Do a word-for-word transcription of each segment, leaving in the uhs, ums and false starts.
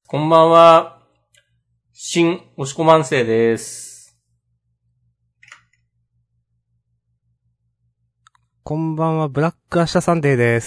こんばんは。新押し込まんせいです。 こんばんは、ブラックアッシャサンデーです。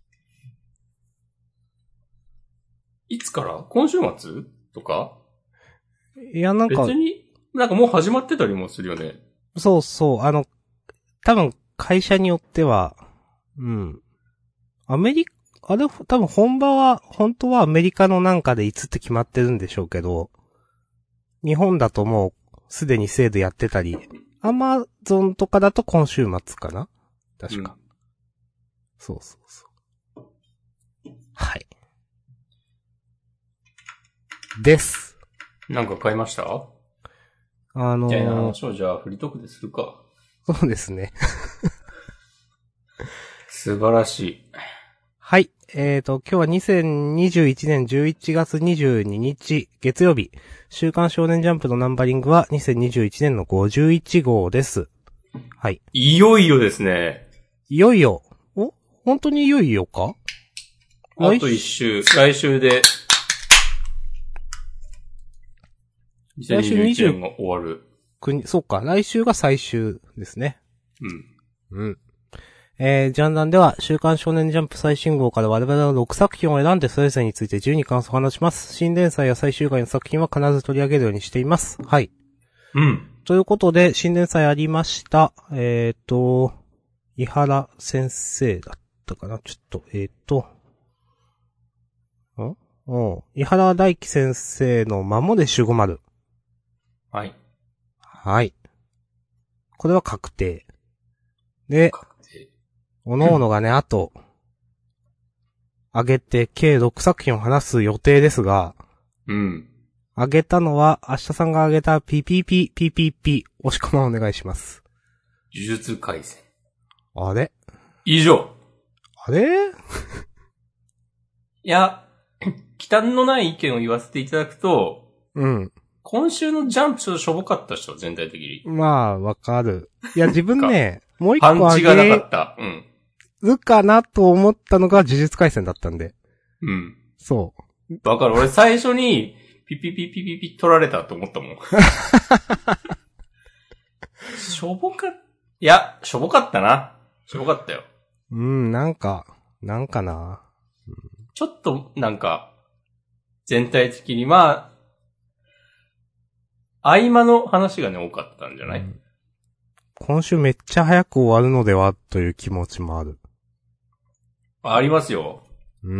いつから今週末とかいや、なんか、 別に、なんかもう始まってたりもするよね。 そうそう、あの、多分、会社によっては、うん。アメリカ、あれ、多分本場は、本当はアメリカのなんかでいつって決まってるんでしょうけど、日本だともう、すでにセールやってたり、アマゾンとかだと今週末かな確か、うん。そうそうそう。はい。です。 なんか買いました？ あのー、 みたいな話をじゃあフリートークでするか。 そうですね。 素晴らしい。 はい。えーと、今日はにせんにじゅういちねんじゅういちがつにじゅうににち、月曜日。週刊少年ジャンプのナンバリングはにせんにじゅういちねんのごじゅういちごうです。はい。 いよいよですね。 いよいよ。お本当にいよいよか？ あと一週、来週で、にせんにじゅういちねんが終わる。 そうか、来週が最終ですね。 うん。 うん。えー、ジャンダンでは、週刊少年ジャンプ最新号から我々はろくさくひんを選んでそれぞれについて自由に感想を話します。新連載や最終回の作品は必ず取り上げるようにしています。はい。 うん。ということで、新連載ありました。えーと、伊原先生だったかなちょっと、えーと、んうん。伊原大輝先生の守れ守護丸。 はい。 はい。これは確定。で、おのおのがね、あと、あげて計ろくさくひんを話す予定ですが、 うん。 あげたのは、明日さんがあげた ピーピーピー、ピーピーピー、押し込まお願いします。 呪術廻戦。 あれ以上。 あれいや、忌憚のない意見を言わせていただくと、 うん。 今週のジャンプちょっとしょぼかった人、全体的に。 まあ、わかる。いや、自分ね、もう一個パンチがなかった。うん。 るかなと思ったのが呪術廻戦だったんで。 うん。 そう。 だから俺最初に、ピピピピピピ取られたと思ったもん。しょぼかっ、いや、しょぼかったな。しょぼかったよ。 うん、なんか、なんかな。 うん、ちょっと、なんか、全体的にまあ、合間の話がね、多かったんじゃない？うん、 今週めっちゃ早く終わるのではという気持ちもある。 ありますよ。 うん。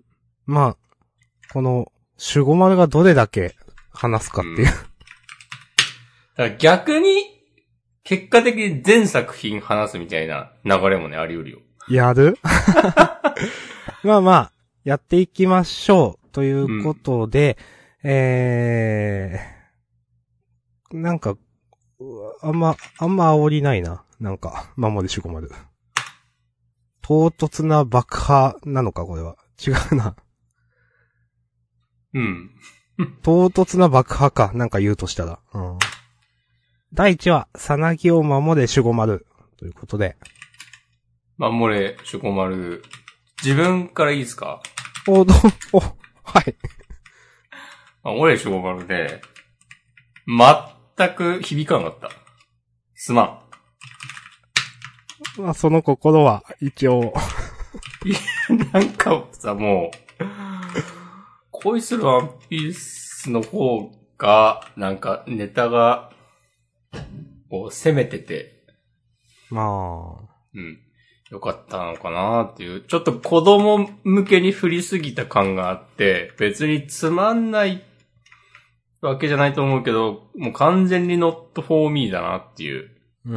まあ、この、守護丸がどれだけ話すかっていう、うん。だから逆に、結果的に全作品話すみたいな流れもね、あり得るよ。 やるまあまあ、やっていきましょう。ということで、うん、えー、なんか、あんま、あんま煽りないな。なんか、守り守護丸。唐突な爆破なのか、これは。違うな。 うん。 唐突な爆破か、なんか言うとしたら。うん。だいいちわ、さなぎを守れ守護丸。ということで。 守れ守護丸。自分からいいですか？ お、ど、お、はい。 守れ守護丸で、全く響かなかった。すまん。 まあ、その心は、一応。 いや、なんかさ、もう、恋するワンピースの方が、なんかネタが、こう攻めてて。 まあ。 うん。よかったのかなっていう。ちょっと子供向けに振りすぎた感があって、別につまんないわけじゃないと思うけど、もう完全に not for me だなっていう。 うん。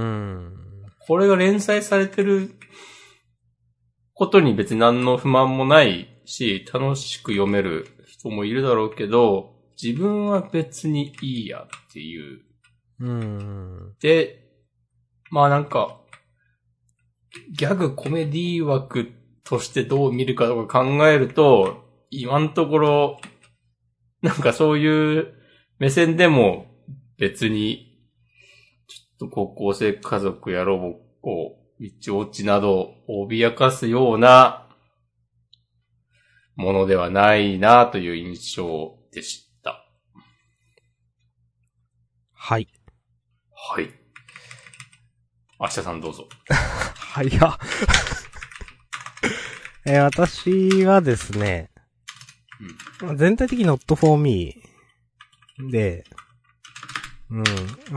これが連載されてることに別に何の不満もないし、楽しく読める人もいるだろうけど、自分は別にいいやっていう。 うん。 で、まあなんか、ギャグコメディ枠としてどう見るかとか考えると、今のところ、なんかそういう目線でも別に、ちょっと高校生家族やロボを、一落ちなどを脅かすようなものではないなという印象でした。 はい。 はい。明日さんどうぞ。 はい、や。えー、私はですね、うん、全体的に not for me で、うん、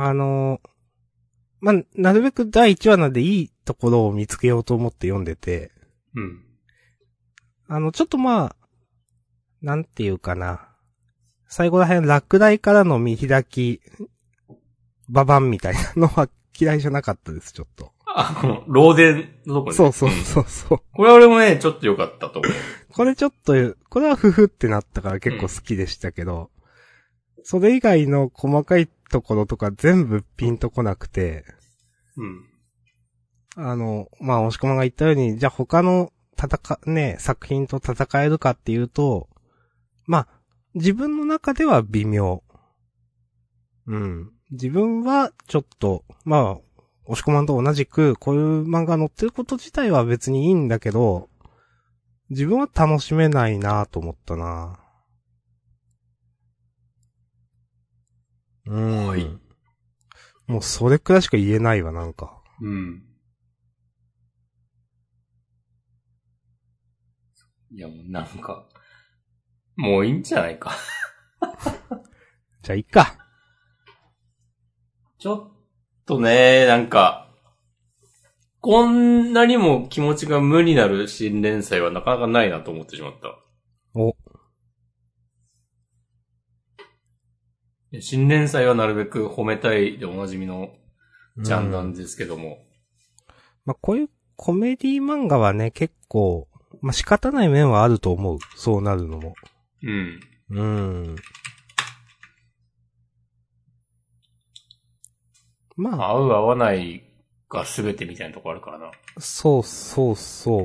あのー、まあ、なるべくだいいちわなんでいいところを見つけようと思って読んでて、 うん。 あの、ちょっとまあ、なんていうかな。最後ら辺落第からの見開き、ババンみたいなのは嫌いじゃなかったです、ちょっと。 あ、この、漏電のとこね。 そうそうそうそう、うん。 これは俺もね、ちょっと良かったと思う。 これちょっと、これはふふってなったから結構好きでしたけど、うん、それ以外の細かいところとか全部ピンとこなくて、 うん。 あの、まあ、押し込まが言ったように、じゃあ他の戦、ね、作品と戦えるかっていうと、まあ、自分の中では微妙。うん。自分はちょっと、まあ、押し込まんと同じく、こういう漫画載ってること自体は別にいいんだけど、自分は楽しめないなと思ったな。うん。はい。もうそれくらいしか言えないわ、なんか。 うん。いやもうなんか、もういいんじゃないか。 じゃあいっか。 ちょっとね、なんか、こんなにも気持ちが無になる新連載はなかなかないなと思ってしまった。 お。 新連載はなるべく褒めたいでおなじみのジャンなんですけども。うん、 まあ、こういうコメディ漫画はね、結構、まあ、仕方ない面はあると思う。そうなるのも。 うん。 うん。まあ。 合う合わないが全てみたいなとこあるからな。 そうそうそう。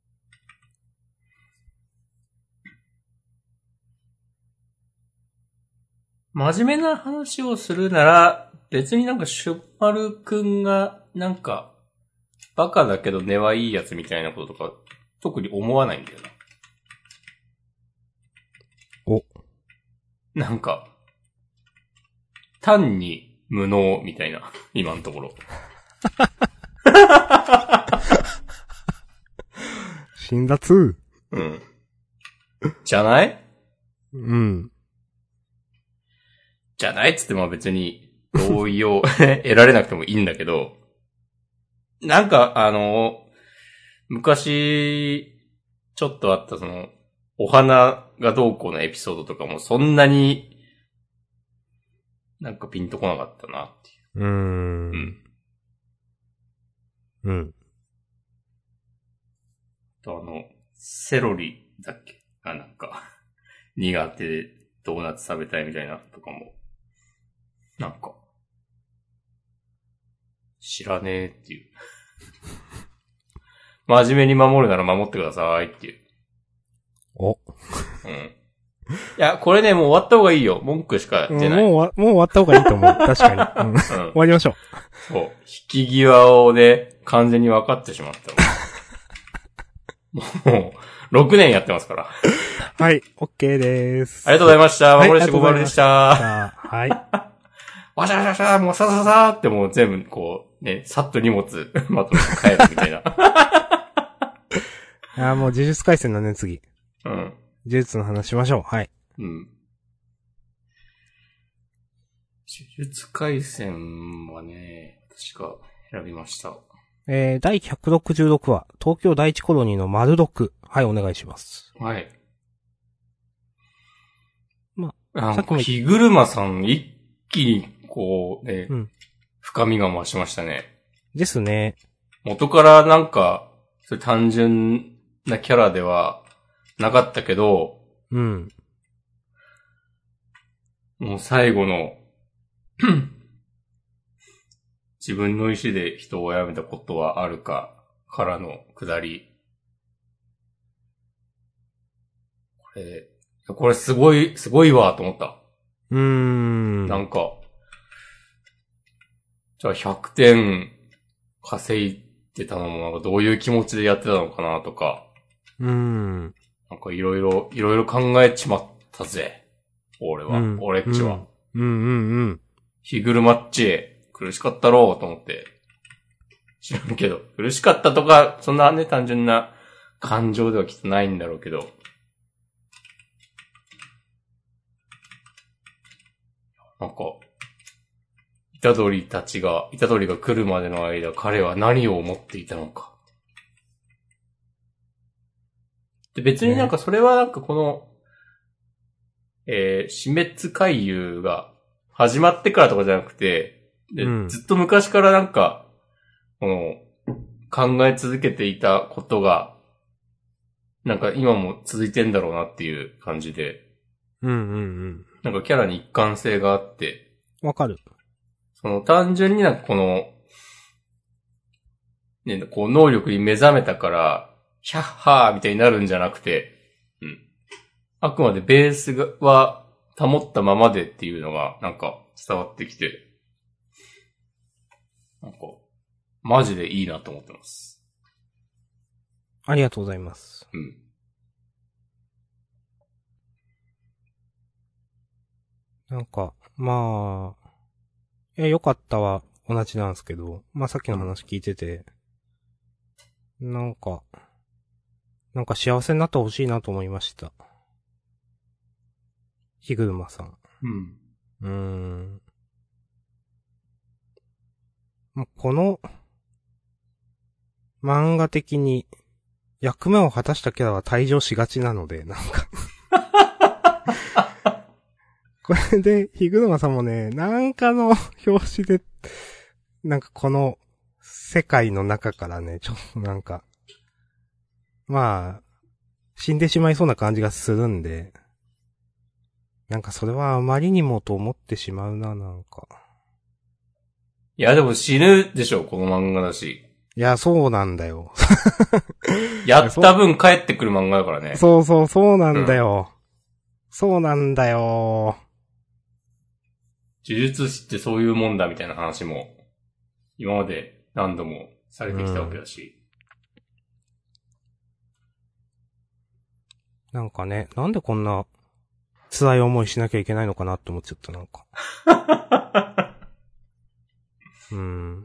真面目な話をするなら、別になんかシュッパルくんが、なんか、バカだけど根はいいやつみたいなこととか、特に思わないんだよな。 お。 なんか、単に無能みたいな、今のところ。 辛辣。 うん。じゃないうん。 じゃないっつっても別に同意を得られなくてもいいんだけど、なんかあの、昔、ちょっとあったその、お花がどうこうのエピソードとかもそんなに、なんかピンとこなかったなっていう。 うーん。うん。うん。 とあの、セロリだっけがなんか、苦手でドーナツ食べたいみたいなとかも、なんか、知らねえっていう。真面目に守るなら守ってくださいっていう。 お。うん。 いや、これね、もう終わった方がいいよ。文句しか出ない。 もう、もうもう終わった方がいいと思う。確かに。うん。終わりましょう。 そう。引き際をね、完全に分かってしまった。もう、ろくねんやってますから。 はい、OK です。 ありがとうございました。まもれしごまるでした。 はい。 わしゃわしゃわしゃ、もうさささってもう全部こう、ね、さっと荷物まとめて帰るみたいな。 ああ、もう呪術回戦だね、次。 うん。 呪術の話しましょう。はい。 うん。呪術回戦はね、確か選びました。 えー、だいひゃくろくじゅうろくわ、東京第一コロニーの丸六。はい、お願いします。 はい。 まあ、さっきも日車さん一気にこうね、うん、深みが増しましたね。 ですね。 元からなんか、そういう単純なキャラではなかったけど、 うん。 もう最後の自分の意志で人を殺めたことはあるかからの下り。これ、これすごい、すごいわと思った。 うーん。 なんか、じゃあひゃくてん稼いでたのもなんかどういう気持ちでやってたのかなとか。 うーん。 なんかいろいろ、いろいろ考えちまったぜ。俺は、うん、俺っちは。 うん、うん、うんうん。 ヒグルマッチ、苦しかったろうと思って。知らんけど。苦しかったとか、そんなね、単純な感情ではきっとないんだろうけど。なんか、イタドリたちが、イタドリが来るまでの間、彼は何を思っていたのか。で、別になんかそれはなんかこの、えー、死滅回遊が始まってからとかじゃなくて、で、うん、ずっと昔からなんか、この、考え続けていたことが、なんか今も続いてんだろうなっていう感じで。 うんうんうん。 なんかキャラに一貫性があって。 わかる。 その単純になんかこの、ね、こう能力に目覚めたから、ヒャッハーみたいになるんじゃなくて、うん。あくまでベースがは保ったままでっていうのがなんか伝わってきて、なんか、マジでいいなと思ってます。 ありがとうございます。 うん。 なんか、まあ、いや、良かったは同じなんですけど、まあさっきの話聞いてて、なんか、なんか幸せになってほしいなと思いました。ヒグルマさん。 うん。 うーん。この、漫画的に、役目を果たしたキャラは退場しがちなので、なんかこれで、ヒグルマさんもね、なんかの表紙で、なんかこの世界の中からね、ちょっとなんか、まあ、死んでしまいそうな感じがするんで、なんかそれはあまりにもと思ってしまうな、なんか。 いや、でも死ぬでしょ、この漫画だし。 いや、そうなんだよ。 やった分帰ってくる漫画だからね。 そうそう、そうなんだよ。うん、そうなんだよ。 呪術師ってそういうもんだみたいな話も、今まで何度もされてきたわけだし。 うん、なんかね、なんでこんな辛い思いしなきゃいけないのかなって思っちゃった、なんか。うん。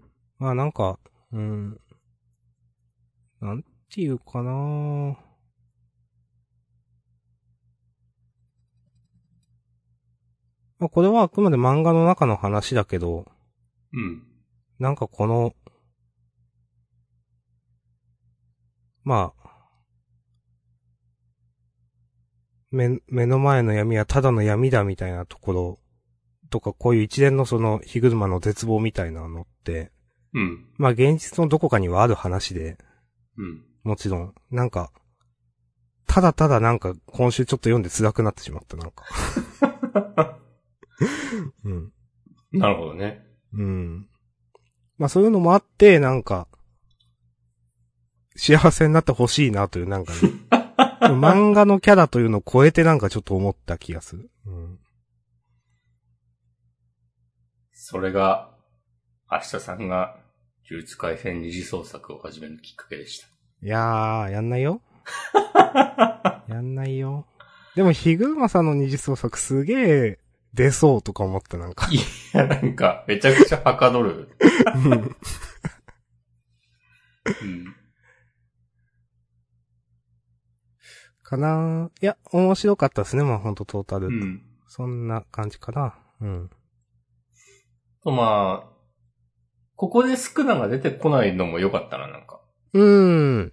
まあなんか、うん。なんていうかなぁ。まあこれはあくまで漫画の中の話だけど、 うん。 なんかこの、まあ、目、目の前の闇はただの闇だみたいなところとか、こういう一連のその、ヒグルマの絶望みたいなのって、 うん。 まあ現実のどこかにはある話で、 うん。 もちろん、なんか、ただただなんか今週ちょっと読んで辛くなってしまった、なんか。うん。 なるほどね。 うん。まあそういうのもあって、なんか、幸せになってほしいなという、なんかね。漫画のキャラというのを超えてなんかちょっと思った気がする。うん。 それが、明日さんが、呪術廻戦二次創作を始めるきっかけでした。 いやー、やんないよ。やんないよ。でも、ヒグルマさんの二次創作すげえ出そうとか思ったなんか。 いや、なんか、めちゃくちゃはかどる。うん。うん。 かなー。いや、面白かったですね、まあほんとトータル。 うん。 そんな感じかな。うん。 と、まあ、ここでスクナが出てこないのも良かったな、なんか。 うーん。 うん。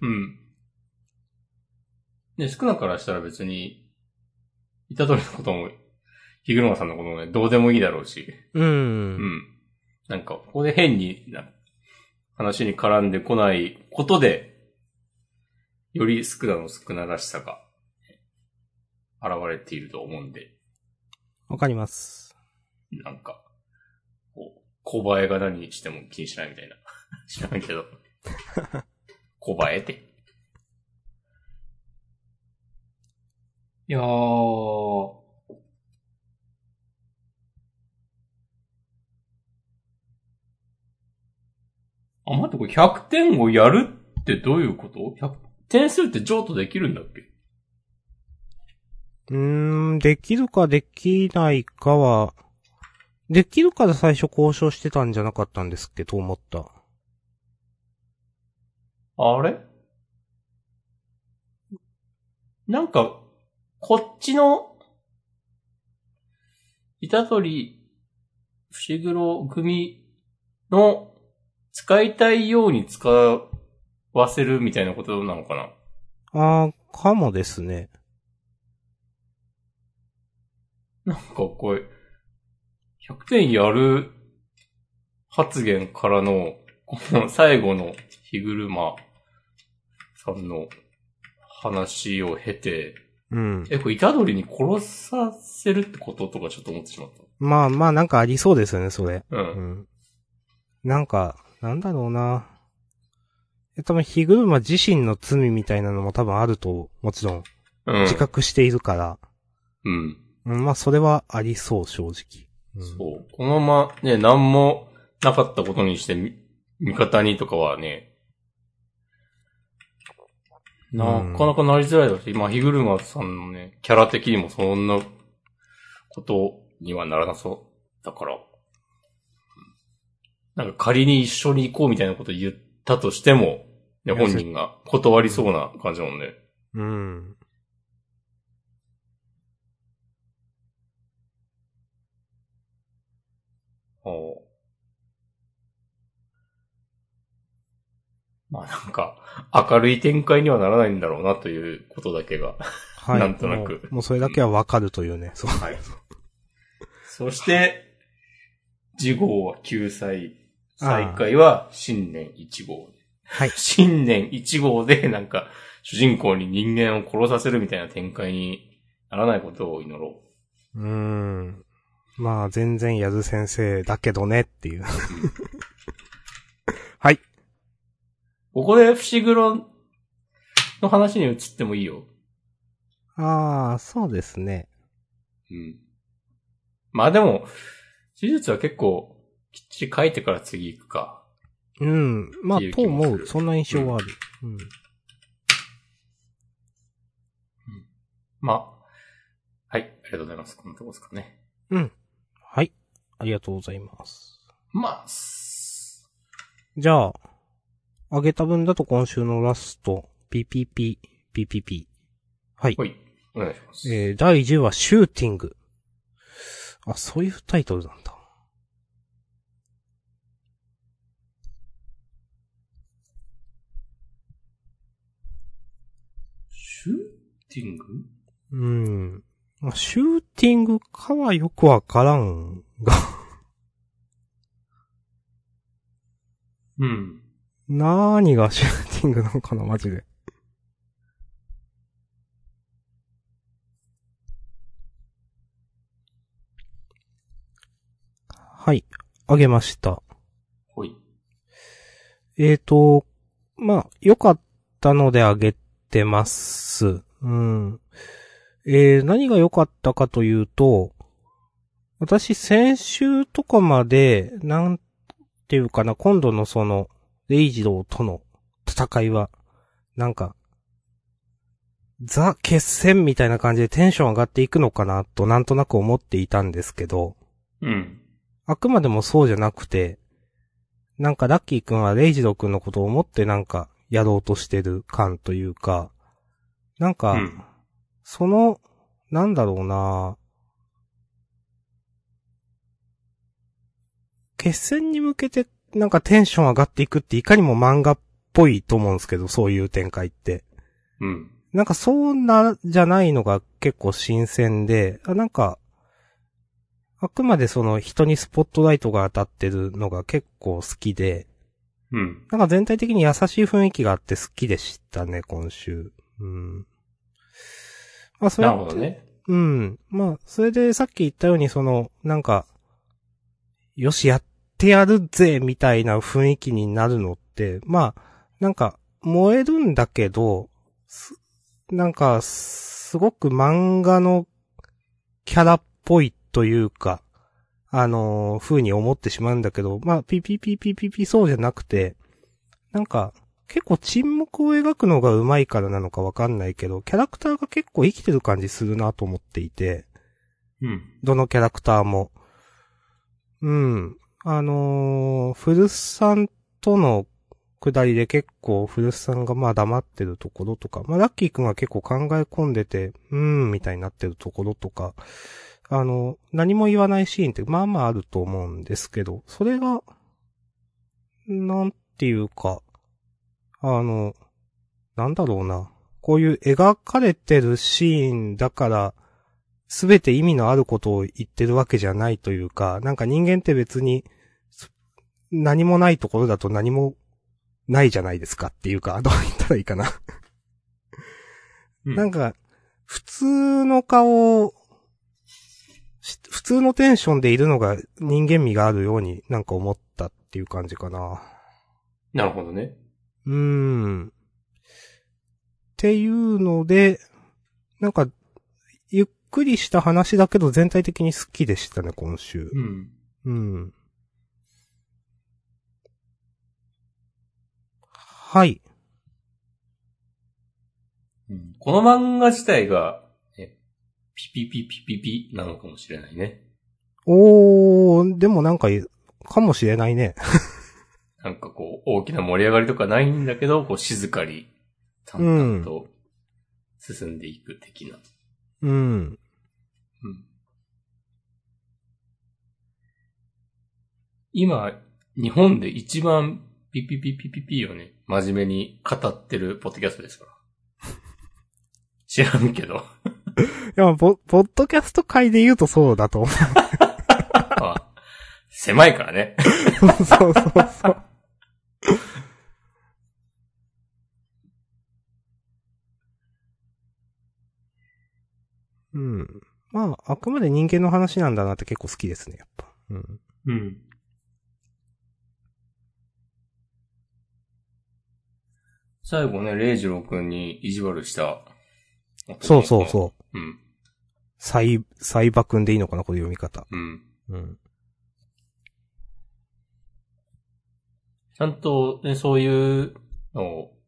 で、スクナからしたら別に、イタドリのことも、ヒグルマさんのこともね、どうでもいいだろうし。 うーん。 うん。なんか、ここで変にな、話に絡んでこないことで、よりスクナのスクナらしさが、現れていると思うんで。 わかります。 なんか、こう、小映えが何しても気にしないみたいな。知らんけど。小映えって。いやー。あ、待って、これひゃくてんをやるってどういうこと ?ひゃく 点数って譲渡できるんだっけ？ うーん、できるかできないかは、できるから最初交渉してたんじゃなかったんですっけと思った。 あれなんか、こっちの、虎杖、伏黒組の使いたいように使わせるみたいなことなのかな。 あー、かもですね。 なんかこれ、ひゃくてんやる発言からの、この最後の日車さんの話を経て、 うん。 え、これ虎杖に殺させるってこととかちょっと思ってしまった。 まあまあなんかありそうですよね、それ。 うん。 うん。なんか、なんだろうな。え多分、ヒグルマ自身の罪みたいなのも多分あると、もちろん、 うん。 自覚しているから。 うん。 うん、まあそれはありそう、正直。うん、 そう。このままね、何もなかったことにしてみ、味方にとかはね、なかなかなりづらいだし、まあ、ヒグルマさんのね、キャラ的にもそんなことにはならなそうだから、なんか仮に一緒に行こうみたいなこと言ったとしても、ね、本人が断りそうな感じなもんね。 うん。 はあ、まあなんか、明るい展開にはならないんだろうなということだけが、 はい。 なんとなく。 もう、もうそれだけはわかるというね。そう。 はい。そして、次号は救済、再開は新年いち号。 はい。 新年いち号でなんか、主人公に人間を殺させるみたいな展開にならないことを祈ろう。うーん。まあ、全然やず先生だけどねっていう。はい。 ここで伏黒の話に移ってもいいよ。 ああ、そうですね。 うん。まあでも、手術は結構、きっちり書いてから次行くか。 うん。まあ、と思う。そんな印象はある。うん。うん、 まあ、はい。ありがとうございます。このとこですかね。 うん。はい。ありがとうございます。 まあ、 じゃあ、あげた分だと今週のラスト、ピーピーピー、ピーピーピー。はい。 はい。お願いします。 えー、だいじゅうわ、シューティング。あ、そういうタイトルなんだ。 シューティング？ うん。まあ、シューティングかはよくわからんが。 うん。 なーにがシューティングなのかな、マジで。はい。あげました。 ほい。 えーと、まあ、良かったのであげてます。うん。えー、何が良かったかというと、私先週とかまで、なんていうかな、今度のその、レイジローとの戦いは、なんか、ザ決戦みたいな感じでテンション上がっていくのかなとなんとなく思っていたんですけど、 うん。 あくまでもそうじゃなくて、なんかラッキーくんはレイジローくんのことを思ってなんかやろうとしてる感というか、なんか、うん、その、なんだろうな決戦に向けてなんかテンション上がっていくっていかにも漫画っぽいと思うんですけど、そういう展開って。 うん。 なんかそうな、じゃないのが結構新鮮で、あなんか、あくまでその人にスポットライトが当たってるのが結構好きで、 うん。 なんか全体的に優しい雰囲気があって好きでしたね、今週。うん。まあそれなるほどね。 うん。まあ、それでさっき言ったようにその、なんか、よしやってやるぜ、みたいな雰囲気になるのって、まあ、なんか、燃えるんだけど、なんか、すごく漫画のキャラっぽいというか、あのー、風に思ってしまうんだけど、まあ、ピピピピピピそうじゃなくて、なんか、 結構沈黙を描くのが上手いからなのかわかんないけど、キャラクターが結構生きてる感じするなと思っていて、 うん。 どのキャラクターも。うん。あのー、古巣さんとのくだりで結構古巣さんがまあ黙ってるところとか、まあラッキーくんが結構考え込んでて、うーんみたいになってるところとか、あの、何も言わないシーンってまあまああると思うんですけど、それが、なんていうか、あの、なんだろうな。こういう描かれてるシーンだから、すべて意味のあることを言ってるわけじゃないというか、なんか人間って別に、何もないところだと何もないじゃないですかっていうか、どう言ったらいいかな。 うん、 なんか、普通の顔、普通のテンションでいるのが人間味があるようになんか思ったっていう感じかな。 なるほどね。 うーん。っていうので、なんか、ゆっくりした話だけど全体的に好きでしたね、今週。 うん。 うん。はい。 うん、この漫画自体が、ね、ピピピピピピなのかもしれないね。 おー、でもなんか、かもしれないね。 なんかこう、大きな盛り上がりとかないんだけど、こう静かに、淡々と進んでいく的な。 うん。 うん。今、日本で一番ピピピピピピをね、真面目に語ってるポッドキャストですから。知らんけど。 いや、ポ、ポッドキャスト界で言うとそうだと思う。 あ、狭いからね。 そうそうそうそう。うん。まあ、あくまで人間の話なんだなって結構好きですね、やっぱ。うん。 うん。最後ね、レイジロー君に意地悪した。 そうそうそう。 うん。 サイ、サイバくんでいいのかな、こういう読み方。 うん。 うん。 ちゃんと、ね、そういうのを、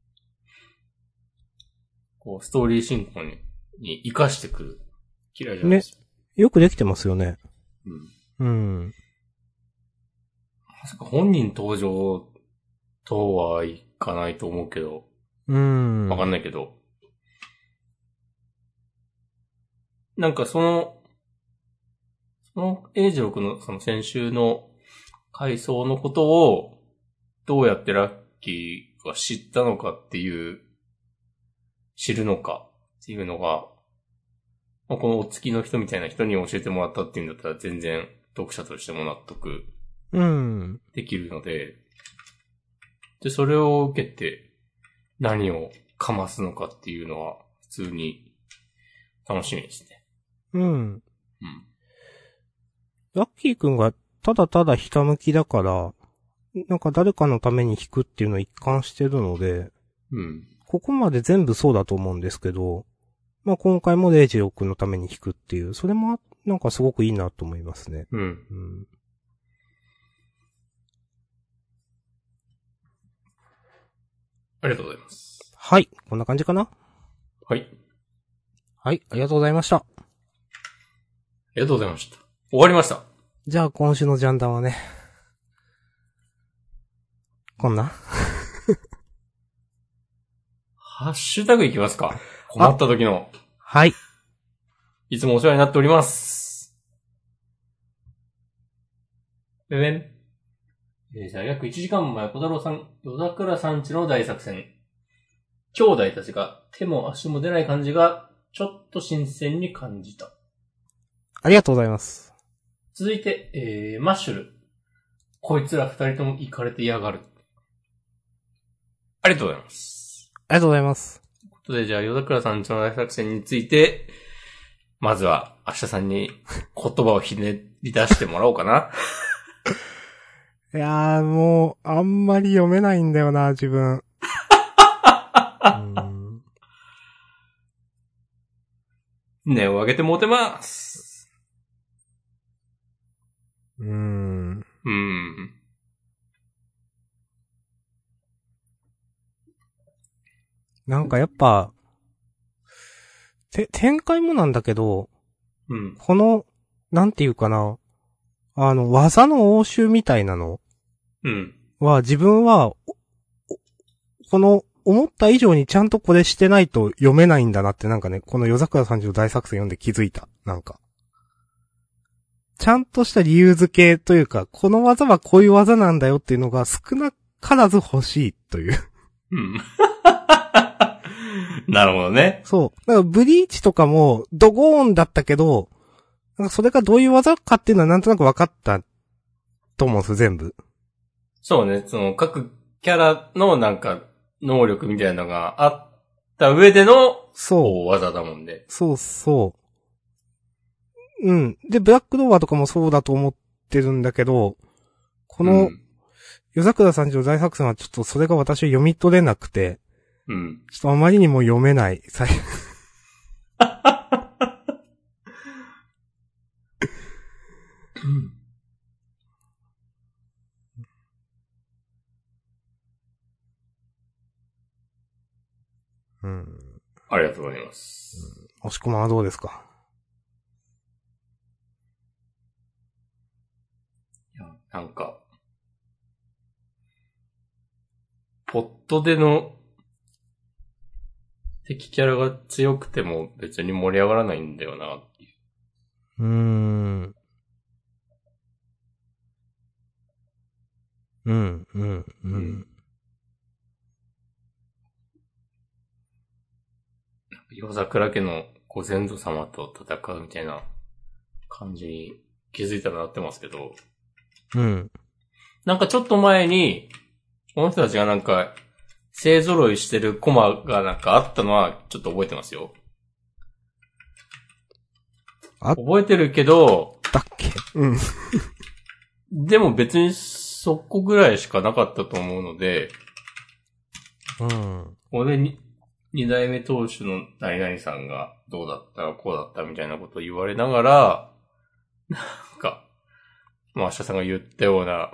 こう、ストーリー進行に、に活かしてくる。嫌いじゃないですよ。ね、 よくできてますよね。 うん。 うん。 まさか本人登場とはいかないと思うけど。 うん。 わかんないけど。なんかその、その、エイジロー君のその先週の回想のことを、どうやってラッキーが知ったのかっていう、知るのかっていうのが、まあ、このお付きの人みたいな人に教えてもらったっていうんだったら全然読者としても納得できるので、うん、で、それを受けて何をかますのかっていうのは普通に楽しみですね。 うん。うん。 ラッキーくんがただただひたむきだから、なんか誰かのために弾くっていうのを一貫してるので、 うん。 ここまで全部そうだと思うんですけど、まあ今回もレイジロー君のために弾くっていう、それもなんかすごくいいなと思いますね。 うん。 うん、 ありがとうございます。 はい、こんな感じかな？ はい。 はい、ありがとうございました。ありがとうございました。終わりました。 じゃあ今週のジャンダンはね、こんなハッシュタグいきますか。困った時の。 はい。 いつもお世話になっております。べべん。えー、じゃあ約いちじかん前、小太郎さん、夜桜さんちの大作戦。兄弟たちが手も足も出ない感じが、ちょっと新鮮に感じた。 ありがとうございます。 続いて、えー、マッシュル。こいつら二人ともイカれて嫌がる。ありがとうございます。 ありがとうございます。 ということで、じゃあ、夜桜さんちの大作戦について、まずは、明日さんに言葉をひねり出してもらおうかな。 いやー、もう、あんまり読めないんだよな、自分。うーん値を上げてモテます。 うーん。 うーん。 なんかやっぱ、て、展開もなんだけど、 うん。 この、なんていうかな、あの、技の応酬みたいなのうん。 は自分は、おこの、思った以上にちゃんとこれしてないと読めないんだなってなんかね、この夜桜さんじの大作戦読んで気づいた。なんか。ちゃんとした理由付けというか、この技はこういう技なんだよっていうのが少なからず欲しいという。 うん。なるほどね。 そう。だからブリーチとかもドゴーンだったけど、なんかそれがどういう技かっていうのはなんとなく分かったと思うんですよ、全部。 そうね。その各キャラのなんか能力みたいなのがあった上でのそう。 大技だもんで。 そうそう。うん。で、ブラックドーアとかもそうだと思ってるんだけど、この、 うん。 夜桜さんじの大作戦はちょっとそれが私は読み取れなくて、 うん。 ちょっとあまりにも読めない。最うん。 ありがとうございます。 押し込まはどうですか？ いや、なんか、ポットでの敵キャラが強くても別に盛り上がらないんだよなっていう。 うーん。うん、うん、ううん。 ん。 夜桜家のご先祖様と戦うみたいな感じに気づいたらなってますけど、 うん。 なんかちょっと前に、この人たちがなんか、勢揃いしてるコマがなんかあったのはちょっと覚えてますよ。 あっ覚えてるけど、 たっけ？うん。 でも別にそこぐらいしかなかったと思うので、 うん。 これに、二代目当主の何々さんがどうだったらこうだったみたいなことを言われながら、なんか、まあ、明日さんが言ったような、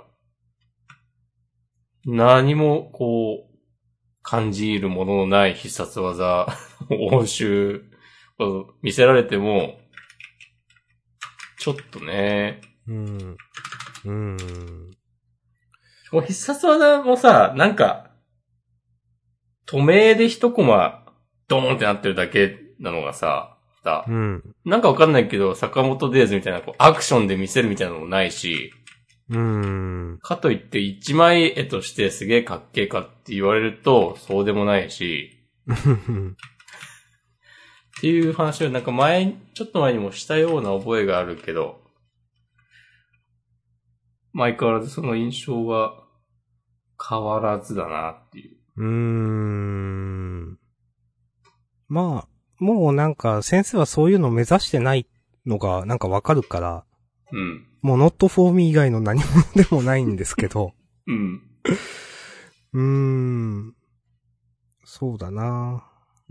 何もこう、感じるもののない必殺技、応酬を見せられても、ちょっとね、 うん。うん。 こう必殺技もさ、なんか、透明で一コマ、ドーンってなってるだけなのがさ、さ、 うん。 なんかわかんないけど、坂本デイズみたいなこうアクションで見せるみたいなのもないし、 うん。 かといって一枚絵としてすげえかっけえかって言われると、そうでもないし、っていう話をなんか前、ちょっと前にもしたような覚えがあるけど、相変わらずその印象は変わらずだなっていう。 うーん。まあ、もうなんか先生はそういうのを目指してないのがなんかわかるから、 うん。 もう not for me 以外の何者でもないんですけど、 うん。 うーん。そうだな。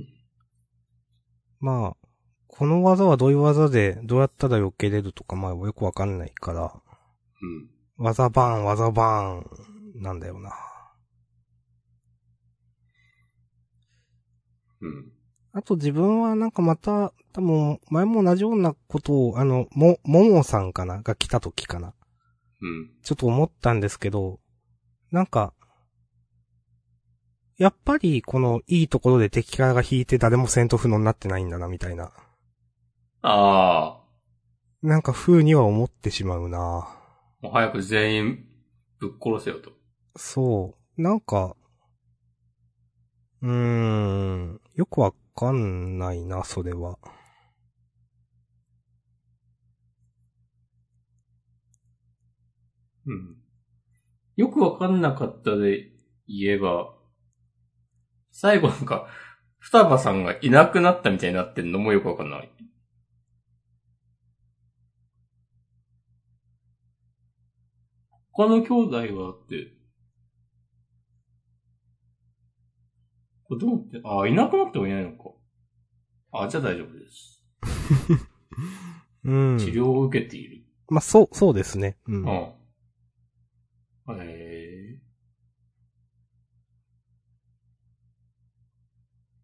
まあ、この技はどういう技でどうやったら避けれるとかまあよくわかんないから、 うん。 技バーン、技バーン、なんだよな。 うん。 あと自分はなんかまた、多分前も同じようなことを、あの、も、ももさんかなが来た時かな。 うん。 ちょっと思ったんですけど、なんか、やっぱりこのいいところで敵キャラが引いて誰も戦闘不能になってないんだなみたいな。 ああ。 なんか風には思ってしまうな。 もう早く全員ぶっ殺せよと。 そう。なんか、うーん、よくわかんないな、それは。 うん。よくわかんなかったで言えば、最後なんか、双葉さんがいなくなったみたいになってんのもよくわかんない。他の兄弟はって、これどうなって、ああ、いなくなってもいないのか。あ、じゃあ大丈夫です。 うん。 治療を受けている。 まあ、そう、そうですね。うん。 うん。へえ。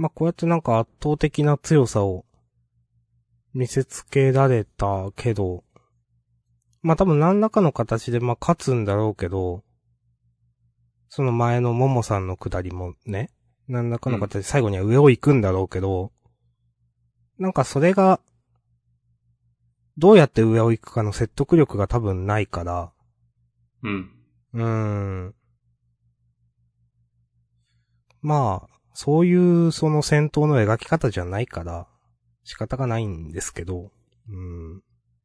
まあ、こうやってなんか圧倒的な強さを見せつけられたけど、まあ、多分何らかの形でまあ勝つんだろうけど、その前のモモさんの下りもね、何らかの形で最後には上を行くんだろうけど、うん、なんかそれが、どうやって上を行くかの説得力が多分ないから、 うん。 うーん。まあ、そういうその戦闘の描き方じゃないから、仕方がないんですけど、うん。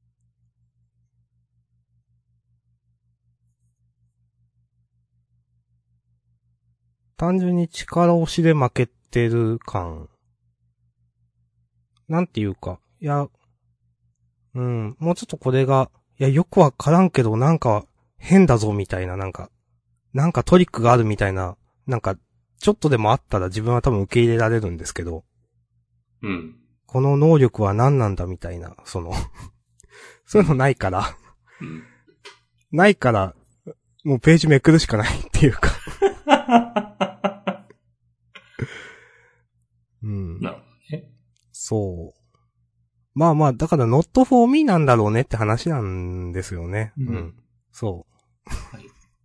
単純に力押しで負けてる感。なんていうか、いや、うん、もうちょっとこれが、いや、よくわからんけど、なんか、変だぞ、みたいな、なんか、なんかトリックがあるみたいな、なんか、ちょっとでもあったら自分は多分受け入れられるんですけど。 うん。 この能力は何なんだ、みたいな、その、そういうのないから。 うん。 ないから、もうページめくるしかないっていうか。うん。 なるほどね。 そう。まあまあ、だから not for me なんだろうねって話なんですよね。うん。うん、そう。はい。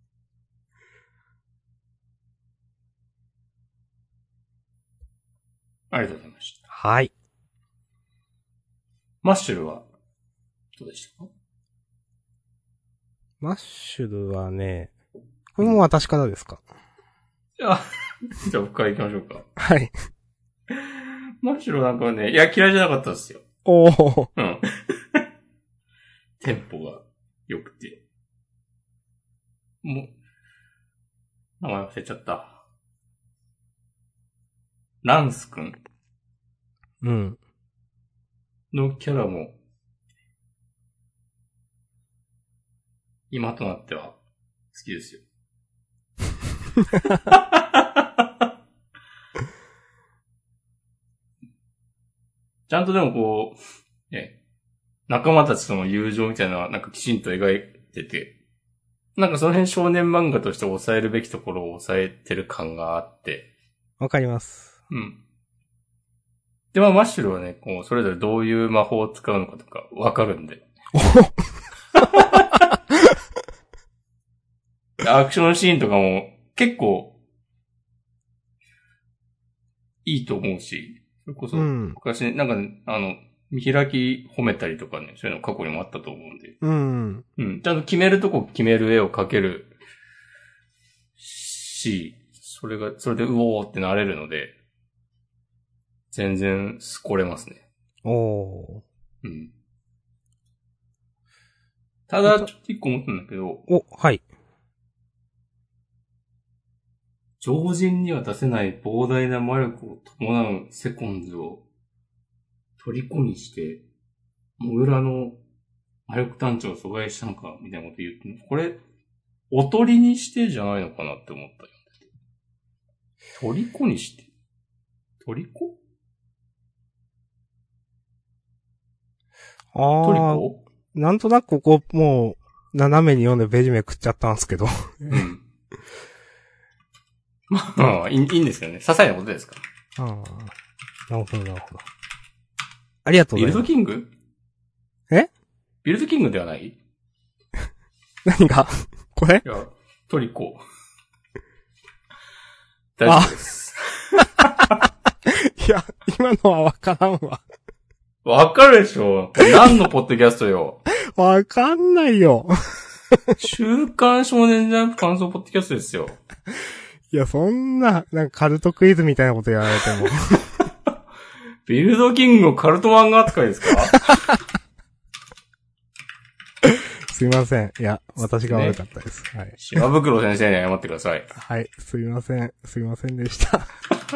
ありがとうございました。 はい。 マッシュルは、どうでしたか？ マッシュルはね、これも私からですか？ うん、あ、じゃあ僕から行きましょうか。 はい。 マッシュルなんかはね、いや嫌いじゃなかったですよ。 おー。 うん。テンポが良くて。もう、名前忘れちゃった。ランスくん。 うん。 のキャラも、今となっては好きですよ。ちゃんとでもこう、ね、仲間たちとの友情みたいなのはなんかきちんと描いてて、なんかその辺少年漫画として抑えるべきところを抑えてる感があって。 わかります。 うん。で、まあマッシュルはね、こう、それぞれどういう魔法を使うのかとかわかるんで。アクションシーンとかも結構いいと思うし、それこそ、昔、うん、なんか、ね、あの、見開き褒めたりとかね、そういうの過去にもあったと思うんで。 うん。 うん。ちゃんと決めるとこ決める絵を描けるし、それが、それでうおーってなれるので、全然すこれますね。 おー。 うん。ただ、ちょっと一個思ったんだけど。 お、はい。 常人には出せない膨大な魔力を伴うセコンズを虜にして、モグラの魔力探知を阻害したのか、みたいなこと言って、これ、おとりにしてじゃないのかなって思ったよ。虜にして虜ああ。トリコなんとなくここ、もう、斜めに読んでページめくっちゃったんですけど。 うん。まあ、いい、いいんですけどね。些細なことですから。 ああ。なるほど、なるほど。ありがとうございます。 ビルドキング？ え？ ビルドキングではない？ 何がこれ？ いや、トリコ。大丈夫です。 いや、今のはわからんわ。 わかるでしょ？何のポッドキャストよ。 わかんないよ。 週刊少年ジャンプ感想ポッドキャストですよ。 いや、そんな、なんかカルトクイズみたいなことやられても。 ビルドキングのカルト漫画扱いですか？ すいません。いや、私が悪かったです。ね、はい。 島袋先生に謝ってください。 はい。すいません。すいませんでした。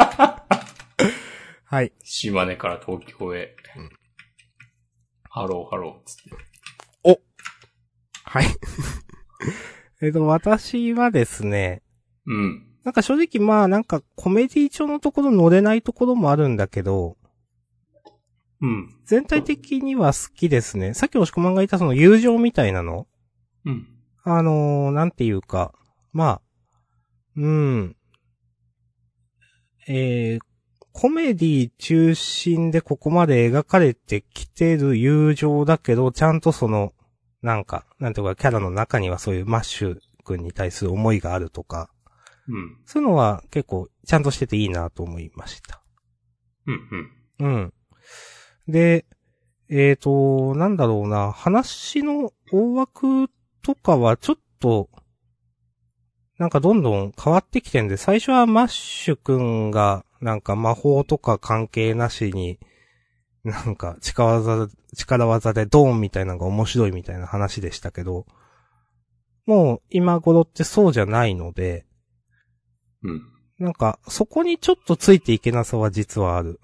はい。 島根から東京へ。うん、ハローハローつって。 おはい。えっと、私はですね。 うん。 なんか正直まあなんかコメディ調のところ乗れないところもあるんだけど。 うん。 全体的には好きですね。さっき押し込まんが言ったその友情みたいなの。 うん。 あのー、なんていうか。まあ。うん。えー、 コメディ中心でここまで描かれてきてる友情だけど、ちゃんとその、なんか、なんていうか、キャラの中にはそういうマッシュ君に対する思いがあるとか、 うん。 そういうのは結構ちゃんとしてていいなと思いました。 うんうん。 うん。で、えーと、なんだろうな、話の大枠とかはちょっと、なんかどんどん変わってきてんで、最初はマッシュ君が、なんか魔法とか関係なしに、なんか力技、力技でドーンみたいなのが面白いみたいな話でしたけど、もう今頃ってそうじゃないので、 うん。 なんかそこにちょっとついていけなさは実はある。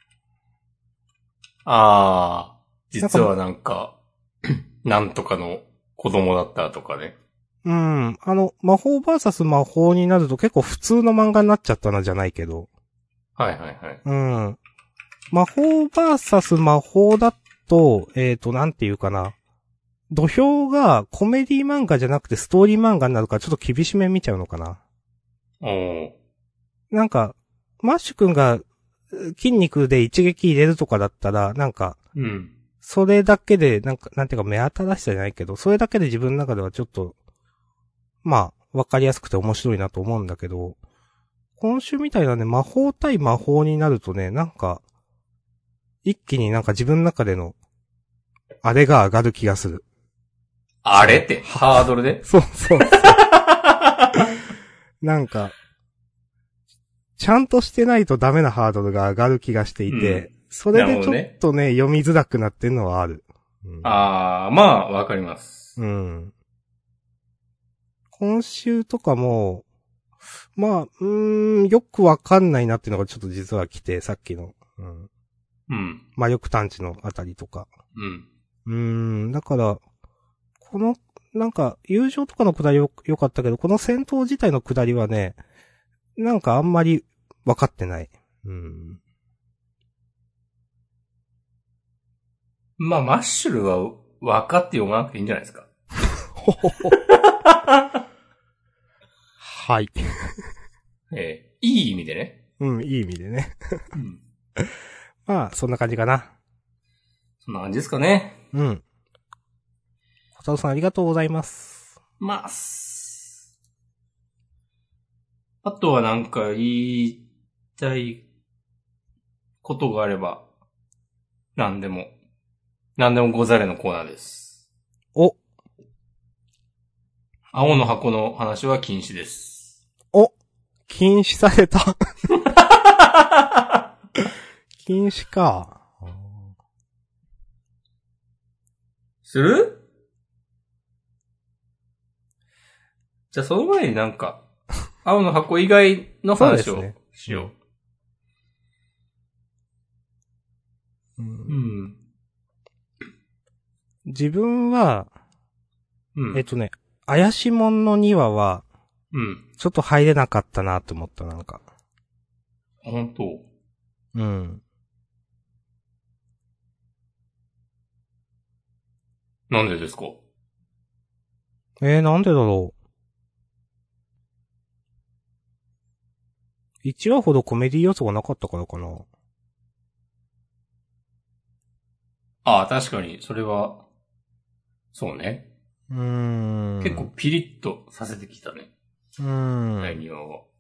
ああ、実はなんか、なんとかの子供だったとかね。 うん。あの、魔法バーサス魔法になると結構普通の漫画になっちゃったなじゃないけど。 はいはいはい。 うん。魔法バーサス魔法だと、えーと、なんていうかな。土俵がコメディ漫画じゃなくてストーリー漫画になるからちょっと厳しめ見ちゃうのかな。 おー。 なんか、マッシュ君が筋肉で一撃入れるとかだったら、なんか、 うん。 それだけで、なんか、なんていうか目新しさじゃないけど、それだけで自分の中ではちょっと、まあ、わかりやすくて面白いなと思うんだけど、今週みたいなね、魔法対魔法になるとね、なんか、一気になんか自分の中での、あれが上がる気がする。 あれって、ハードルでそうそうそう。なんか、ちゃんとしてないとダメなハードルが上がる気がしていて、 うん、 それでちょっとね、読みづらくなってるのはある。 うん、ああ、まあ、わかります。 うん。今週とかも、まあ、うーん、よくわかんないなっていうのがちょっと実は来て、さっきの。うん。 うん。 魔力探知のあたりとか。 うん。 うーん、だから、この、なんか、友情とかのくだりよ、よかったけど、この戦闘自体のくだりはね、なんかあんまり分かってない。うん。 まあ、マッシュルは分かって読まなくていいんじゃないですか。 はい。 えー、いい意味でね。 うん、いい意味でね。 うん。 まあ、そんな感じかな。 そんな感じですかね。 うん。小田さんありがとうございます。 まあ、あとはなんか言いたいことがあれば、何でも、何でもござれのコーナーです。 お。 青の箱の話は禁止です。 お。禁止された。禁止か。 する？じゃあその前になんか、青の箱以外の話をしよう。う。 うんうん自分は、 うん。 えっとね、怪しもんのにわは、 うん。 ちょっと入れなかったなって思った、なんか。 本当？ うん。 なんでですか？ えー、なんでだろう。いちわほどコメディ要素がなかったからかな。 ああ、確かに、それは、そうね。 うーん。 結構ピリッとさせてきたね。 うーん。 だいにわは。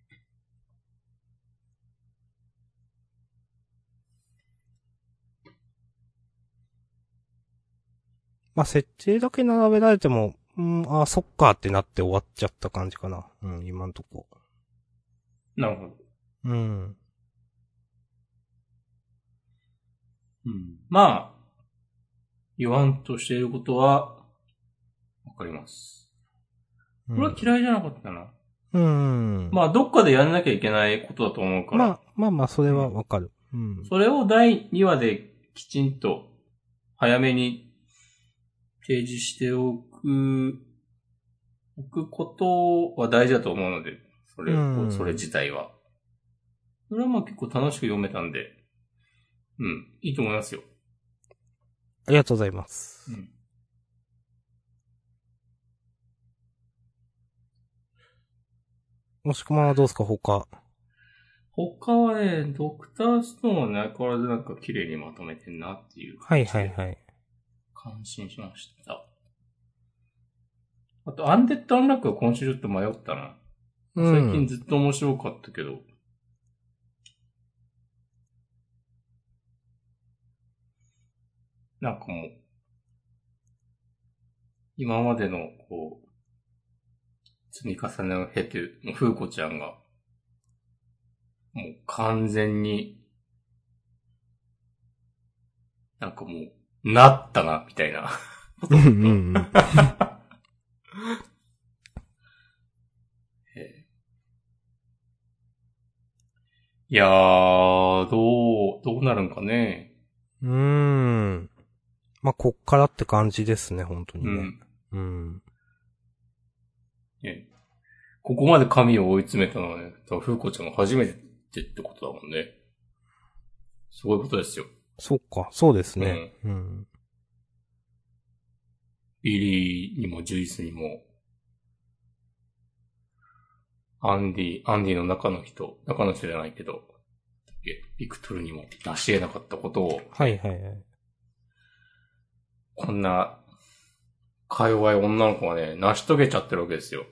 まあ、設定だけ並べられても、うん、あ、そっかってなって終わっちゃった感じかな。うん、今んとこ。 なるほど。 うん。 うん。まあ、言わんとしていることは、わかります。これは嫌いじゃなかったな。 うん。 まあ、どっかでやんなきゃいけないことだと思うから。 まあ、まあまあ、それはわかる。うん。 それをだいにわできちんと、早めに提示しておく、置くことは大事だと思うので、それを、それ自体は。それはまあ結構楽しく読めたんで、うん、いいと思いますよ。 ありがとうございます。 うん。 もしくまはどうすか、他。 他はね、ドクターストーンはね、相変わらずなんか綺麗にまとめてんなっていうはい感じで。 はいはい。 感心しました。あと、アンデッド・アンラックは今週ちょっと迷ったな。 うん。 最近ずっと面白かったけど。なんかもう、今までの、こう、積み重ねを経て、もう、風子ちゃんが、もう完全に、なんかもう、なったな、みたいな。 うんうんうん。 いやー、どう、どうなるんかね。 うーん。まあ、こっからって感じですね、本当にね。 うん。 うん。 ね、ここまで神を追い詰めたのはね、多分風子ちゃんが初めてってことだもんね。すごいことですよ。 そっか、そうですね。 うん。 うん。 ビリーにもジュイスにも、アンディ、アンディの中の人、中の人じゃないけど、ビクトルにも成し得なかったことを、 はいはいはい。 こんな、か弱い女の子がね、成し遂げちゃってるわけですよ。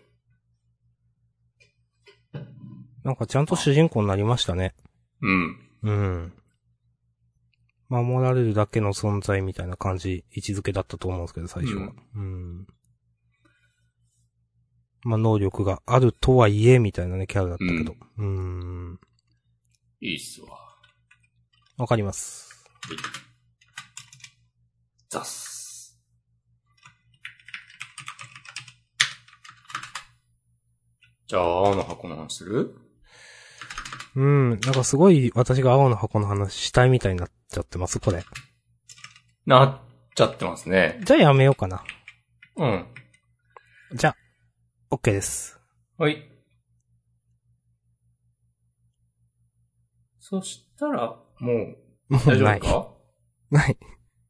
なんかちゃんと主人公になりましたね。 うん。 うん。守られるだけの存在みたいな感じ、位置づけだったと思うんですけど、最初は。うん。うんまあ、能力があるとはいえ、みたいなね、キャラだったけど。うん。んいいっすわ。 わかります。 ザス。じゃあ、青の箱の話する？ うん。なんかすごい私が青の箱の話したいみたいになっちゃってます、これ。 なっちゃってますね。 じゃあやめようかな。 うん。 じゃあ、OK です。 はい。そしたら、もう、 もう大丈ない。 夫か？ ない。 終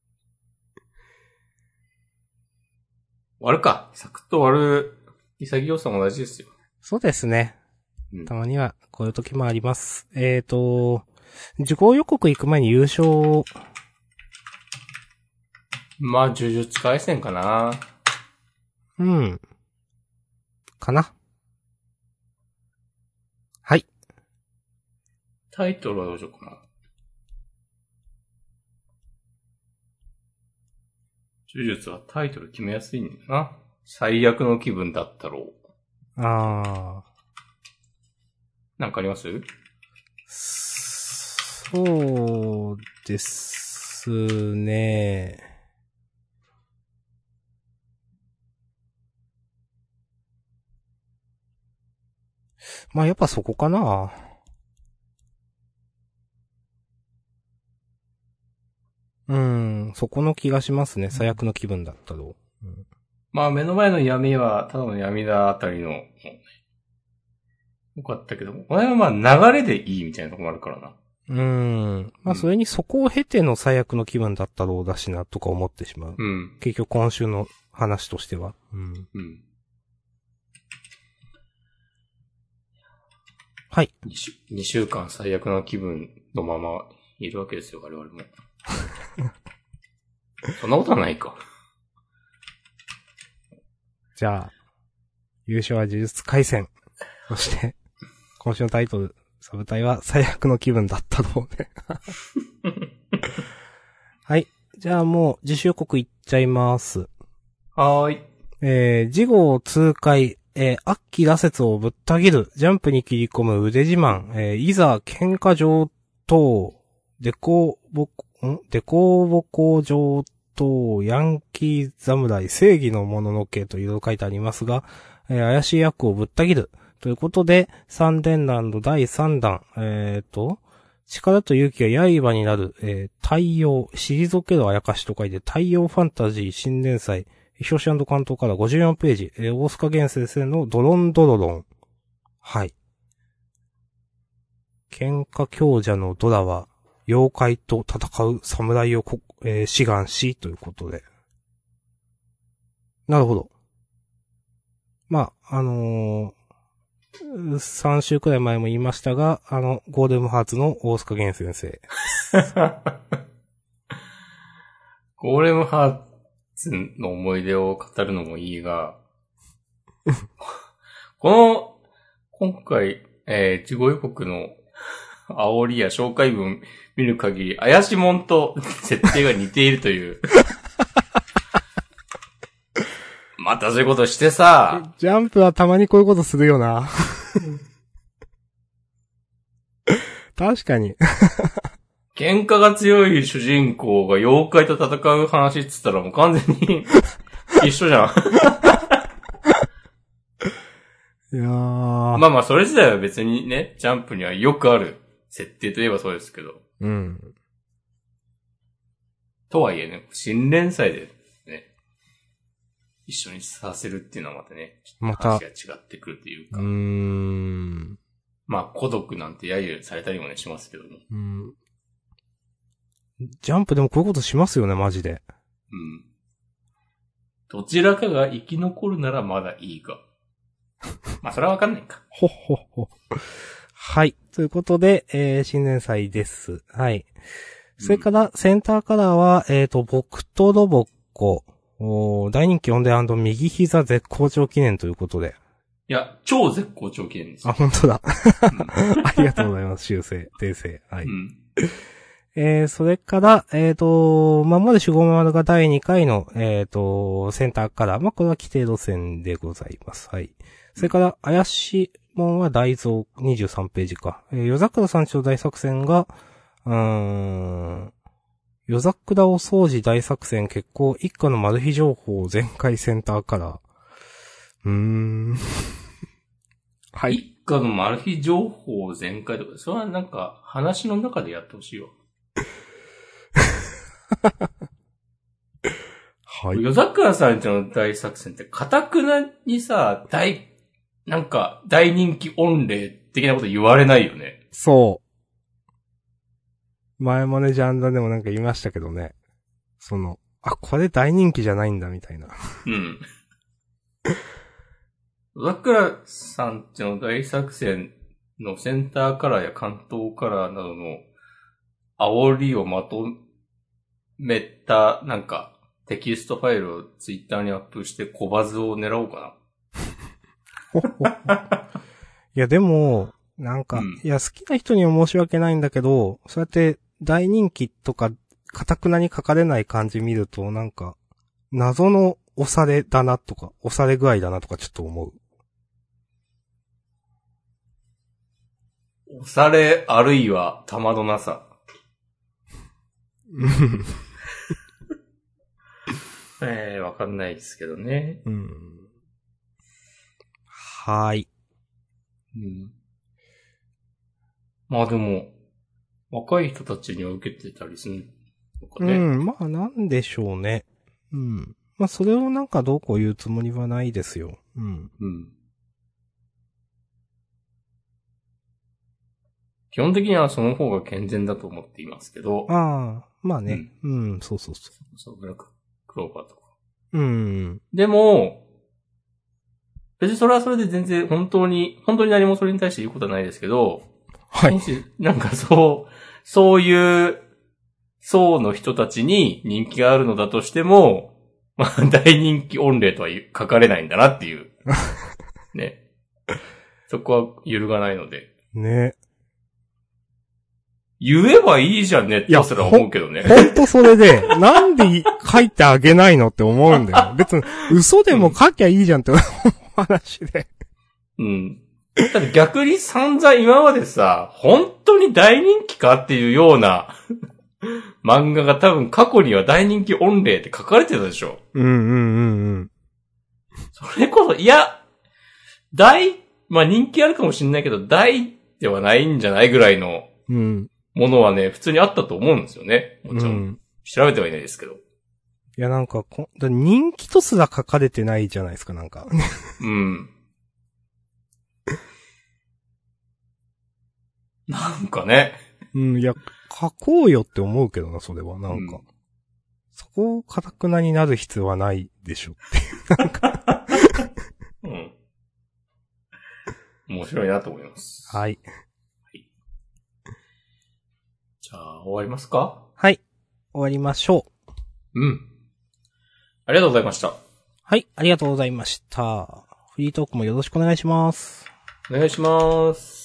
わるか。サクッと終わる潔さも同じですよ。 そうですね。 うん。 たまには、こういう時もあります。えーと、受講予告行く前に優勝を、 まあ、呪術回戦かな。 うん。かな。はい。 タイトルはどうしようかな。呪術はタイトル決めやすいんだな。最悪の気分だったろう。 あー。 なんかあります？ そうですね。まあやっぱそこかな。うん、そこの気がしますね。最悪の気分だったろう。うん、 まあ、目の前の闇は、ただの闇だあたりの、よかったけど、これはまあ流れでいいみたいなところもあるからな。 うーん。まあそれにそこを経ての最悪の気分だったろうだしなとか思ってしまう。 うん。 結局今週の話としては。うん。 うん。 はい。 2週、二週間最悪な気分のままいるわけですよ、我々も。そんなことはないか。 じゃあ、優勝は呪術回戦。そして、今週のタイトル、サブタイは最悪の気分だったろうね。はい。じゃあもう自主予告いっちゃいます。 はーい。 えー、事後痛快、えー、悪鬼羅刹をぶった切る、ジャンプに切り込む腕自慢、えー、いざ喧嘩上等、デコボコ、んデコボコ上等、ヤンキー侍、正義のもののけというの書いてありますが、えー、怪しい悪をぶった切る。ということで、三伝ランドだいさんだん、えーと、力と勇気が刃になる、えー、太陽、退けるあやかしと書いて、太陽ファンタジー新連載、表紙関東からごじゅうよんページ、えー、大塚源先生のドロンドロロン。はい。喧嘩強者のドラは、妖怪と戦う侍をこ、えー、志願し、ということで。なるほど。まあ、あのー、 さん週くらい前も言いましたが、あの、ゴールデンハーツの大塚源先生。 ゴーレムハーツの思い出を語るのもいいが、この、今回、えー、事後予告の煽りや紹介文見る限り、怪しもんと設定が似ているという。またそういうことしてさ。 ジャンプはたまにこういうことするよな。確かに。 喧嘩が強い主人公が妖怪と戦う話っつったらもう完全に一緒じゃん。 いやー。 まあまあそれ自体は別にね、ジャンプにはよくある設定といえばそうですけど。 うん。 とはいえね、新連載でね、一緒にさせるっていうのはまたね、 また話が違ってくるというか。 うーん。 まあ孤独なんて揶揄されたりもねしますけどね。 うん。ジャンプでもこういうことしますよね、マジで。 うん。どちらかが生き残るならまだいいが。まあそれはわかんないか。 ほっほっほ。はい。ということで、えー、新年祭です。はい。それから、センターカラーは、えっ、ー、と、僕とロボッコ、お大人気オンデマンド右膝絶好調記念ということで。 いや、超絶好調記念ですよ。 あ、本当だ。うん、ありがとうございます。修正、訂正。はい。うん、えー、それから、えっ、ー、と、まあ、まだ守護マルがだいにかいの、えっ、ー、と、センターカラー。まあ、これは規定路線でございます。はい。それから、怪しいもんは大蔵にじゅうさんページか。えー、夜桜山頂大作戦が、うーん、夜桜お掃除大作戦決行一家のマル秘情報全開センターカラー。うーん。 はい。一家のマル秘情報全開とか、それはなんか話の中でやってほしいよ。はい。夜桜さんちの大作戦って、かたくなにさ、大、なんか、大人気御礼的なこと言われないよね。 そう。前もね、ジャンダでもなんか言いましたけどね。その、あ、これ大人気じゃないんだみたいな。 うん。夜桜さんちの大作戦のセンターカラーや関東カラーなどの煽りをまとめた、なんか、テキストファイルをツイッターにアップして小バズを狙おうかな。いや、でも、なんか、うん、いや、好きな人には申し訳ないんだけど、そうやって大人気とか、かたくなに書かれない感じ見ると、なんか、謎の押されだなとか、押され具合だなとかちょっと思う。 押され、あるいは、たまどなさ。ええー、わかんないですけどね。 うん。はーい。 うん。まあでも、若い人たちには受けてたりするのかね。 うん、まあなんでしょうね。うん。まあそれをなんかどうこう言うつもりはないですよ。うん。 うん。基本的にはその方が健全だと思っていますけど。 ああ、まあね。うん、うん、そうそうそう。 そう、ブラッククローバーとか。 うん。 でも、別にそれはそれで全然本当に、本当に何もそれに対して言うことはないですけど、 はい。 もし、なんかそう、そういう層の人たちに人気があるのだとしても、まあ大人気御礼とは書かれないんだなっていう。ね。そこは揺るがないので。 ね。 言えばいいじゃんねってすら思うけどね。 ほんとそれで、なんで書いてあげないのって思うんだよ。別に嘘でも書きゃいいじゃんって思う話で。 うん。だって逆に散々今までさ、本当に大人気かっていうような漫画が多分過去には大人気御礼って書かれてたでしょ。 うんうんうんうん。 それこそ、いや、大、まあ人気あるかもしれないけど、大ではないんじゃないぐらいのものはね、普通にあったと思うんですよね。もちろん。うん、調べてはいないですけど。 いやなんかこ、人気とすら書かれてないじゃないですか、なんか。 うん。なんかね。 うん、いや、書こうよって思うけどな、それは、なんか。うん、そこを堅くなになる必要はないでしょっていう、なんか。 うん。 面白いなと思います。 はい。 じゃあ、終わりますか？ はい。終わりましょう。うん。ありがとうございました。 はい、ありがとうございました。フリートークもよろしくお願いします。 お願いします。